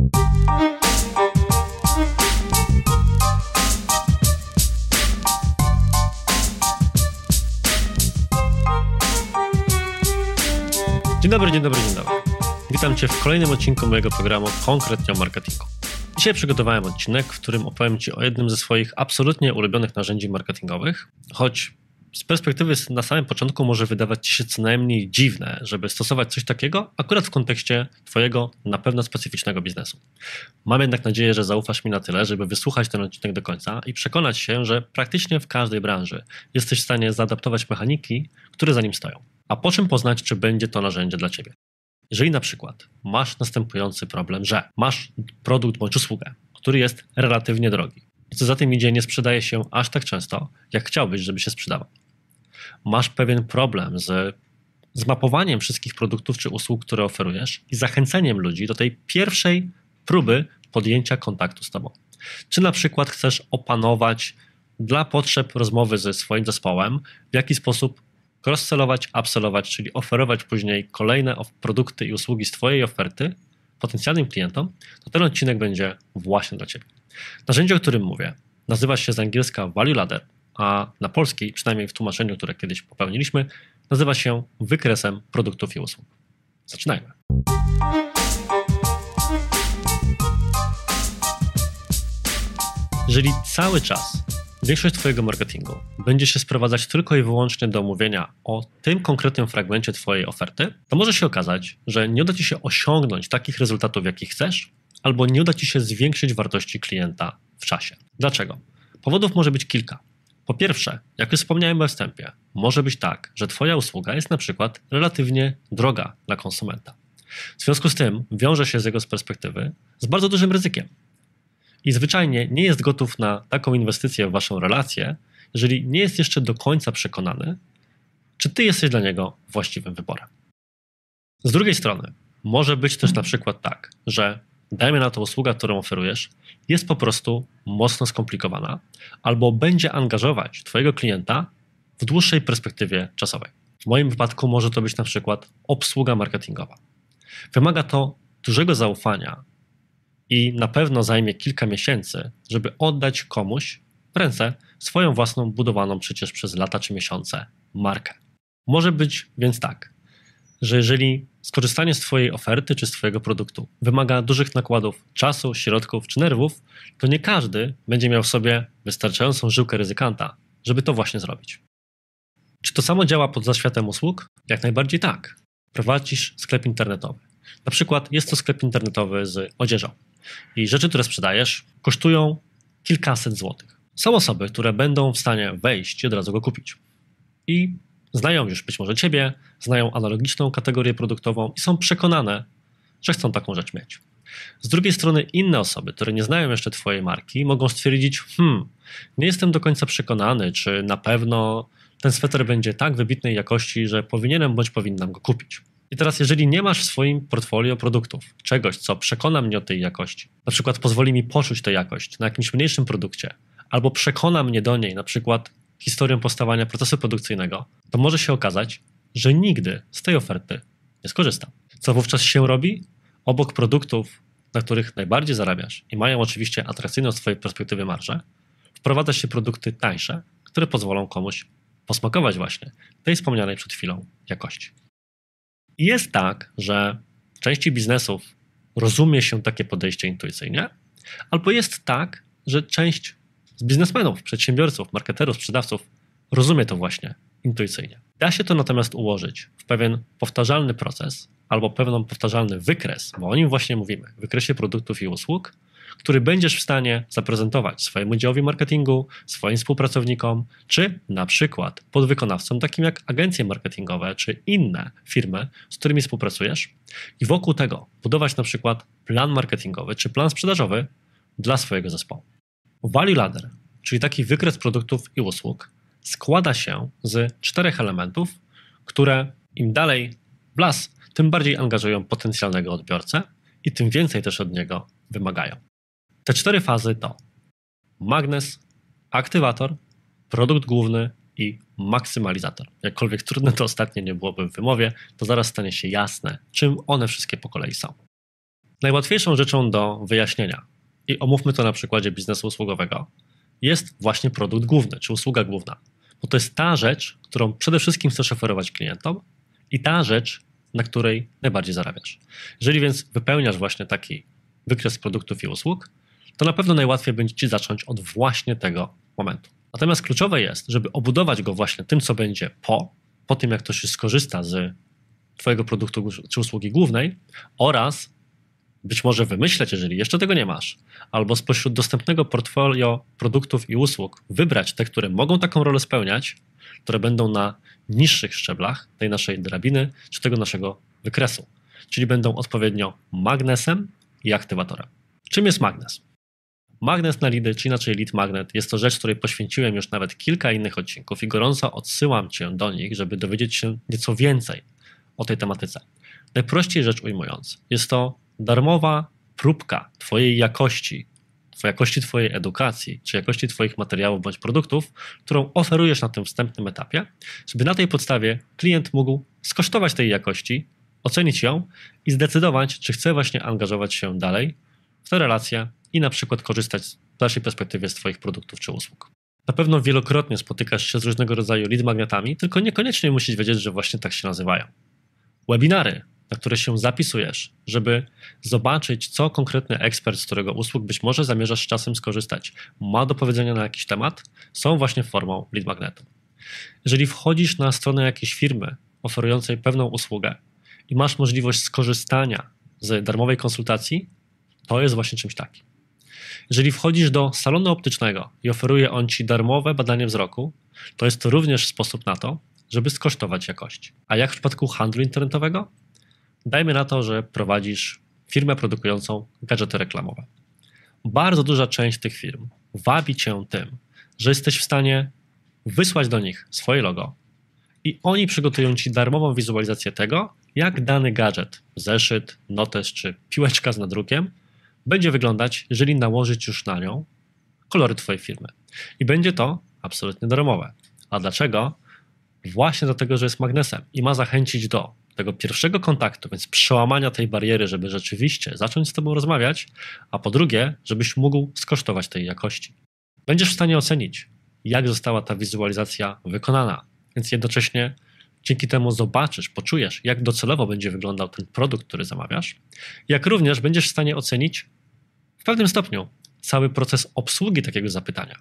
Dzień dobry. Witam Cię w kolejnym odcinku mojego programu Konkretnie o marketingu. Dzisiaj przygotowałem odcinek, w którym opowiem Ci o jednym ze swoich absolutnie ulubionych narzędzi marketingowych, choć z perspektywy na samym początku może wydawać Ci się co najmniej dziwne, żeby stosować coś takiego akurat w kontekście Twojego na pewno specyficznego biznesu. Mam jednak nadzieję, że zaufasz mi na tyle, żeby wysłuchać ten odcinek do końca i przekonać się, że praktycznie w każdej branży jesteś w stanie zaadaptować mechaniki, które za nim stoją. A po czym poznać, czy będzie to narzędzie dla Ciebie? Jeżeli na przykład masz następujący problem, że masz produkt bądź usługę, który jest relatywnie drogi, co za tym idzie, nie sprzedaje się aż tak często, jak chciałbyś, żeby się sprzedawał. Masz pewien problem z zmapowaniem wszystkich produktów czy usług, które oferujesz i zachęceniem ludzi do tej pierwszej próby podjęcia kontaktu z Tobą. Czy na przykład chcesz opanować dla potrzeb rozmowy ze swoim zespołem, w jaki sposób cross-sellować, upsellować, czyli oferować później kolejne produkty i usługi z Twojej oferty potencjalnym klientom, to ten odcinek będzie właśnie dla Ciebie. Narzędzie, o którym mówię, nazywa się z angielska Value Ladder, a na polski, przynajmniej w tłumaczeniu, które kiedyś popełniliśmy, nazywa się wykresem produktów i usług. Zaczynajmy. Jeżeli cały czas większość Twojego marketingu będzie się sprowadzać tylko i wyłącznie do mówienia o tym konkretnym fragmencie Twojej oferty, to może się okazać, że nie uda Ci się osiągnąć takich rezultatów, jakich chcesz, albo nie uda Ci się zwiększyć wartości klienta w czasie. Dlaczego? Powodów może być kilka. Po pierwsze, jak już wspomniałem we wstępie, może być tak, że Twoja usługa jest na przykład relatywnie droga dla konsumenta. W związku z tym wiąże się z jego perspektywy z bardzo dużym ryzykiem. I zwyczajnie nie jest gotów na taką inwestycję w Waszą relację, jeżeli nie jest jeszcze do końca przekonany, czy Ty jesteś dla niego właściwym wyborem. Z drugiej strony, może być też na przykład tak, że dajmy na to usługa, którą oferujesz, jest po prostu mocno skomplikowana albo będzie angażować Twojego klienta w dłuższej perspektywie czasowej. W moim wypadku może to być na przykład obsługa marketingowa. Wymaga to dużego zaufania i na pewno zajmie kilka miesięcy, żeby oddać komuś w ręce swoją własną, budowaną przecież przez lata czy miesiące markę. Może być więc tak, że jeżeli skorzystanie z Twojej oferty czy z Twojego produktu wymaga dużych nakładów czasu, środków czy nerwów, to nie każdy będzie miał w sobie wystarczającą żyłkę ryzykanta, żeby to właśnie zrobić. Czy to samo działa pod zaświatem usług? Jak najbardziej tak. Prowadzisz sklep internetowy. Na przykład jest to sklep internetowy z odzieżą. I rzeczy, które sprzedajesz, kosztują kilkaset złotych. Są osoby, które będą w stanie wejść i od razu go kupić. I znają już być może Ciebie, znają analogiczną kategorię produktową i są przekonane, że chcą taką rzecz mieć. Z drugiej strony inne osoby, które nie znają jeszcze Twojej marki, mogą stwierdzić, nie jestem do końca przekonany, czy na pewno ten sweter będzie tak wybitnej jakości, że powinienem bądź powinnam go kupić. I teraz, jeżeli nie masz w swoim portfolio produktów czegoś, co przekona mnie o tej jakości, na przykład pozwoli mi poczuć tę jakość na jakimś mniejszym produkcie, albo przekona mnie do niej, na przykład historią powstawania procesu produkcyjnego, to może się okazać, że nigdy z tej oferty nie skorzystam. Co wówczas się robi? Obok produktów, na których najbardziej zarabiasz i mają oczywiście atrakcyjną z Twojej perspektywy marżę, wprowadza się produkty tańsze, które pozwolą komuś posmakować właśnie tej wspomnianej przed chwilą jakości. I jest tak, że w części biznesów rozumie się takie podejście intuicyjnie, albo jest tak, że część z biznesmenów, przedsiębiorców, marketerów, sprzedawców rozumie to właśnie intuicyjnie. Da się to natomiast ułożyć w pewien powtarzalny proces albo pewien powtarzalny wykres, bo o nim właśnie mówimy, wykresie produktów i usług, który będziesz w stanie zaprezentować swojemu działowi marketingu, swoim współpracownikom, czy na przykład podwykonawcom, takim jak agencje marketingowe, czy inne firmy, z którymi współpracujesz i wokół tego budować na przykład plan marketingowy, czy plan sprzedażowy dla swojego zespołu. Value Ladder, czyli taki wykres produktów i usług, składa się z 4 elementów, które im dalej w las, tym bardziej angażują potencjalnego odbiorcę i tym więcej też od niego wymagają. Te 4 fazy to magnes, aktywator, produkt główny i maksymalizator. Jakkolwiek trudne to ostatnie nie byłoby w wymowie, to zaraz stanie się jasne, czym one wszystkie po kolei są. Najłatwiejszą rzeczą do wyjaśnienia, i omówmy to na przykładzie biznesu usługowego, jest właśnie produkt główny, czy usługa główna. Bo to jest ta rzecz, którą przede wszystkim chcesz oferować klientom i ta rzecz, na której najbardziej zarabiasz. Jeżeli więc wypełniasz właśnie taki wykres produktów i usług, to na pewno najłatwiej będzie Ci zacząć od właśnie tego momentu. Natomiast kluczowe jest, żeby obudować go właśnie tym, co będzie po tym, jak ktoś skorzysta z Twojego produktu czy usługi głównej oraz być może wymyśleć, jeżeli jeszcze tego nie masz, albo spośród dostępnego portfolio produktów i usług wybrać te, które mogą taką rolę spełniać, które będą na niższych szczeblach tej naszej drabiny czy tego naszego wykresu, czyli będą odpowiednio magnesem i aktywatorem. Czym jest magnes? Magnes na lidy, czy inaczej lead magnet, jest to rzecz, której poświęciłem już nawet kilka innych odcinków i gorąco odsyłam Cię do nich, żeby dowiedzieć się nieco więcej o tej tematyce. Najprościej rzecz ujmując, jest to darmowa próbka Twojej jakości Twojej edukacji, czy jakości Twoich materiałów bądź produktów, którą oferujesz na tym wstępnym etapie, żeby na tej podstawie klient mógł skosztować tej jakości, ocenić ją i zdecydować, czy chce właśnie angażować się dalej w tę relację i na przykład korzystać w dalszej perspektywie z Twoich produktów czy usług. Na pewno wielokrotnie spotykasz się z różnego rodzaju lead magnetami, tylko niekoniecznie musisz wiedzieć, że właśnie tak się nazywają. Webinary, na które się zapisujesz, żeby zobaczyć, co konkretny ekspert, z którego usług być może zamierzasz z czasem skorzystać, ma do powiedzenia na jakiś temat, są właśnie formą lead magnetu. Jeżeli wchodzisz na stronę jakiejś firmy oferującej pewną usługę i masz możliwość skorzystania z darmowej konsultacji, to jest właśnie czymś takim. Jeżeli wchodzisz do salonu optycznego i oferuje on Ci darmowe badanie wzroku, to jest to również sposób na to, żeby skosztować jakości. A jak w przypadku handlu internetowego? Dajmy na to, że prowadzisz firmę produkującą gadżety reklamowe. Bardzo duża część tych firm wabi Cię tym, że jesteś w stanie wysłać do nich swoje logo i oni przygotują Ci darmową wizualizację tego, jak dany gadżet, zeszyt, notes czy piłeczka z nadrukiem będzie wyglądać, jeżeli nałożyć już na nią kolory Twojej firmy. I będzie to absolutnie darmowe. A dlaczego? Właśnie dlatego, że jest magnesem i ma zachęcić do tego pierwszego kontaktu, więc przełamania tej bariery, żeby rzeczywiście zacząć z Tobą rozmawiać, a po drugie, żebyś mógł skosztować tej jakości. Będziesz w stanie ocenić, jak została ta wizualizacja wykonana, więc jednocześnie dzięki temu zobaczysz, poczujesz, jak docelowo będzie wyglądał ten produkt, który zamawiasz, jak również będziesz w stanie ocenić w pewnym stopniu cały proces obsługi takiego zapytania.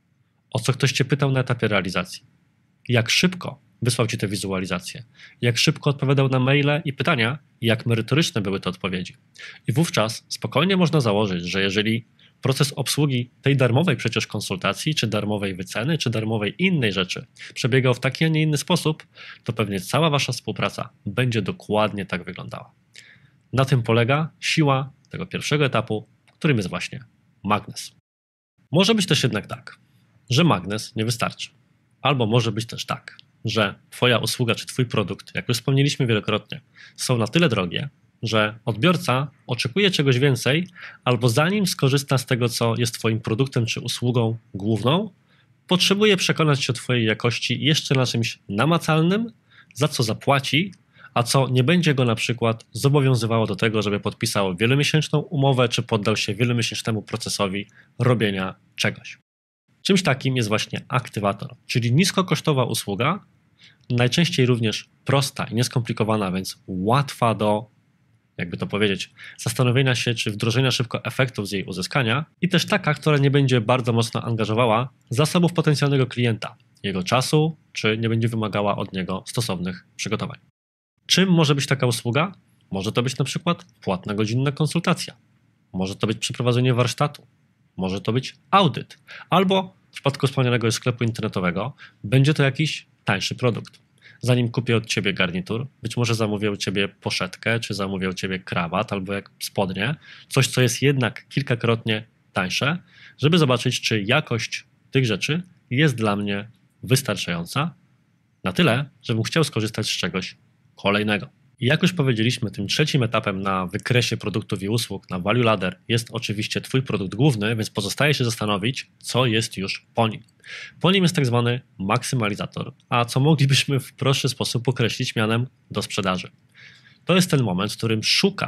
O co ktoś Cię pytał na etapie realizacji? Jak szybko wysłał Ci te wizualizacje? Jak szybko odpowiadał na maile i pytania? I jak merytoryczne były te odpowiedzi? I wówczas spokojnie można założyć, że jeżeli proces obsługi tej darmowej przecież konsultacji, czy darmowej wyceny, czy darmowej innej rzeczy przebiegał w taki, a nie inny sposób, to pewnie cała Wasza współpraca będzie dokładnie tak wyglądała. Na tym polega siła tego pierwszego etapu, którym jest właśnie magnes. Może być też jednak tak, że magnes nie wystarczy. Albo może być też tak, że Twoja usługa czy Twój produkt, jak już wspomnieliśmy wielokrotnie, są na tyle drogie, że odbiorca oczekuje czegoś więcej, albo zanim skorzysta z tego, co jest Twoim produktem czy usługą główną, potrzebuje przekonać się o Twojej jakości jeszcze na czymś namacalnym, za co zapłaci, a co nie będzie go na przykład zobowiązywało do tego, żeby podpisał wielomiesięczną umowę, czy poddał się wielomiesięcznemu procesowi robienia czegoś. Czymś takim jest właśnie aktywator, czyli niskokosztowa usługa, najczęściej również prosta i nieskomplikowana, więc łatwa do, jakby to powiedzieć, zastanowienia się, czy wdrożenia szybko efektów z jej uzyskania i też taka, która nie będzie bardzo mocno angażowała zasobów potencjalnego klienta, jego czasu, czy nie będzie wymagała od niego stosownych przygotowań. Czym może być taka usługa? Może to być na przykład płatna godzinna konsultacja, może to być przeprowadzenie warsztatu, może to być audyt, albo w przypadku wspomnianego sklepu internetowego będzie to jakiś tańszy produkt. Zanim kupię od Ciebie garnitur, być może zamówię u Ciebie poszetkę, czy zamówię u Ciebie krawat, albo jak spodnie, coś, co jest jednak kilkakrotnie tańsze, żeby zobaczyć, czy jakość tych rzeczy jest dla mnie wystarczająca na tyle, żebym chciał skorzystać z czegoś kolejnego. I jak już powiedzieliśmy, tym trzecim etapem na wykresie produktów i usług, na value ladder, jest oczywiście Twój produkt główny, więc pozostaje się zastanowić, co jest już po nim. Po nim jest tak zwany maksymalizator, a co moglibyśmy w prostszy sposób określić mianem do sprzedaży. To jest ten moment, w którym szukasz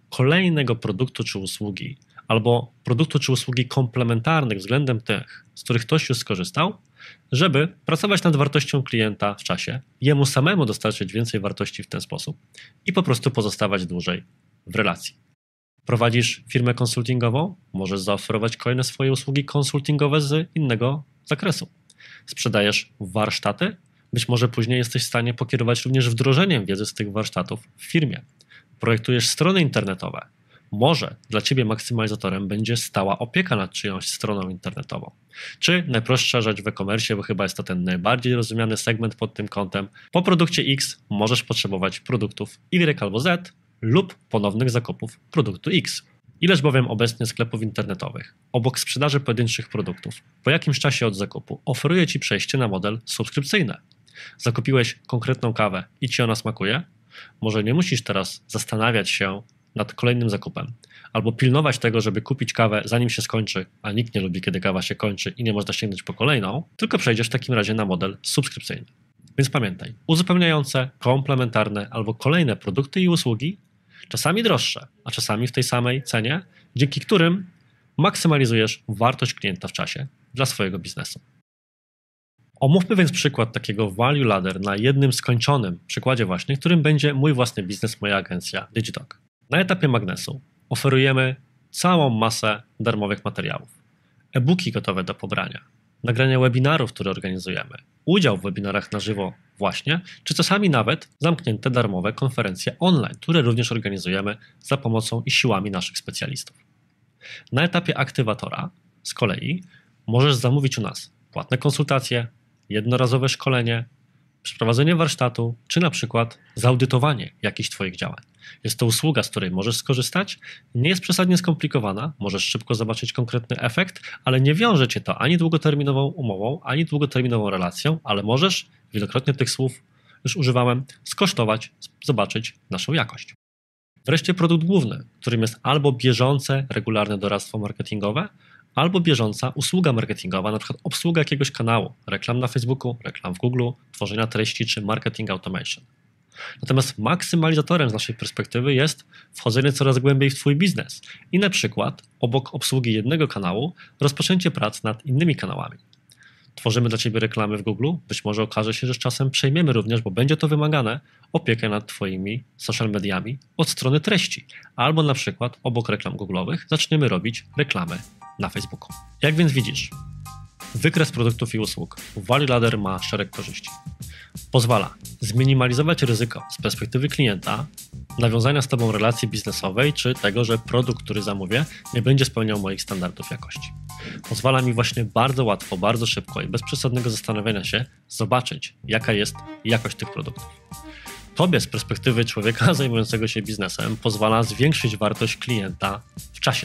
kolejnego produktu czy usługi, albo produktu czy usługi komplementarnych względem tych, z których ktoś już skorzystał, żeby pracować nad wartością klienta w czasie, jemu samemu dostarczyć więcej wartości w ten sposób i po prostu pozostawać dłużej w relacji. Prowadzisz firmę konsultingową? Możesz zaoferować kolejne swoje usługi konsultingowe z innego zakresu. Sprzedajesz warsztaty? Być może później jesteś w stanie pokierować również wdrożeniem wiedzy z tych warsztatów w firmie. Projektujesz strony internetowe. Może dla Ciebie maksymalizatorem będzie stała opieka nad czyjąś stroną internetową. Czy najprostsza rzecz w e-commerce, bo chyba jest to ten najbardziej rozumiany segment pod tym kątem, po produkcie X możesz potrzebować produktów Y albo Z lub ponownych zakupów produktu X. Ileż bowiem obecnie sklepów internetowych, obok sprzedaży pojedynczych produktów, po jakimś czasie od zakupu oferuje Ci przejście na model subskrypcyjny. Zakupiłeś konkretną kawę i Ci ona smakuje? Może nie musisz teraz zastanawiać się nad kolejnym zakupem, albo pilnować tego, żeby kupić kawę zanim się skończy, a nikt nie lubi, kiedy kawa się kończy i nie można sięgnąć po kolejną, tylko przejdziesz w takim razie na model subskrypcyjny. Więc pamiętaj, uzupełniające, komplementarne albo kolejne produkty i usługi, czasami droższe, a czasami w tej samej cenie, dzięki którym maksymalizujesz wartość klienta w czasie dla swojego biznesu. Omówmy więc przykład takiego value ladder na jednym skończonym przykładzie właśnie, którym będzie mój własny biznes, moja agencja Digitalk. Na etapie magnesu oferujemy całą masę darmowych materiałów, e-booki gotowe do pobrania, nagrania webinarów, które organizujemy, udział w webinarach na żywo właśnie, czy czasami nawet zamknięte darmowe konferencje online, które również organizujemy za pomocą i siłami naszych specjalistów. Na etapie aktywatora z kolei możesz zamówić u nas płatne konsultacje, jednorazowe szkolenie, przeprowadzenie warsztatu, czy na przykład zaudytowanie jakichś Twoich działań. Jest to usługa, z której możesz skorzystać, nie jest przesadnie skomplikowana, możesz szybko zobaczyć konkretny efekt, ale nie wiąże Cię to ani długoterminową umową, ani długoterminową relacją, ale możesz, wielokrotnie tych słów już używałem, skosztować, zobaczyć naszą jakość. Wreszcie produkt główny, którym jest albo bieżące, regularne doradztwo marketingowe, albo bieżąca usługa marketingowa, na przykład obsługa jakiegoś kanału, reklam na Facebooku, reklam w Google, tworzenia treści czy marketing automation. Natomiast maksymalizatorem z naszej perspektywy jest wchodzenie coraz głębiej w Twój biznes i na przykład obok obsługi jednego kanału rozpoczęcie prac nad innymi kanałami. Tworzymy dla Ciebie reklamy w Google, być może okaże się, że z czasem przejmiemy również, bo będzie to wymagane, opiekę nad Twoimi social mediami od strony treści, albo na przykład obok reklam Google'owych zaczniemy robić reklamy na Facebooku. Jak więc widzisz, wykres produktów i usług Value Ladder ma szereg korzyści. Pozwala zminimalizować ryzyko z perspektywy klienta, nawiązania z Tobą relacji biznesowej, czy tego, że produkt, który zamówię, nie będzie spełniał moich standardów jakości. Pozwala mi właśnie bardzo łatwo, bardzo szybko i bez przesadnego zastanawiania się zobaczyć, jaka jest jakość tych produktów. Tobie z perspektywy człowieka zajmującego się biznesem pozwala zwiększyć wartość klienta w czasie.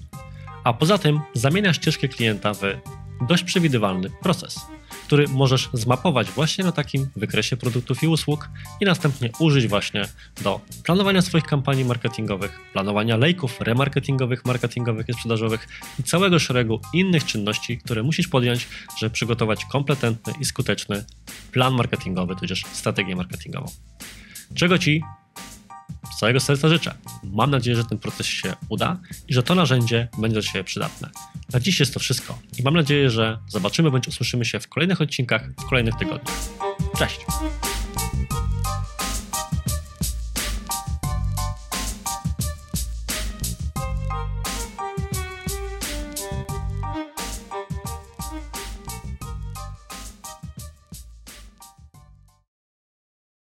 A poza tym zamienia ścieżkę klienta w dość przewidywalny proces, który możesz zmapować właśnie na takim wykresie produktów i usług i następnie użyć właśnie do planowania swoich kampanii marketingowych, planowania lejków remarketingowych, marketingowych i sprzedażowych i całego szeregu innych czynności, które musisz podjąć, żeby przygotować kompetentny i skuteczny plan marketingowy, tudzież strategię marketingową. Czego Ci z całego serca życzę. Mam nadzieję, że ten proces się uda i że to narzędzie będzie dla Ciebie przydatne. Na dziś jest to wszystko i mam nadzieję, że zobaczymy bądź usłyszymy się w kolejnych odcinkach, w kolejnych tygodniach. Cześć!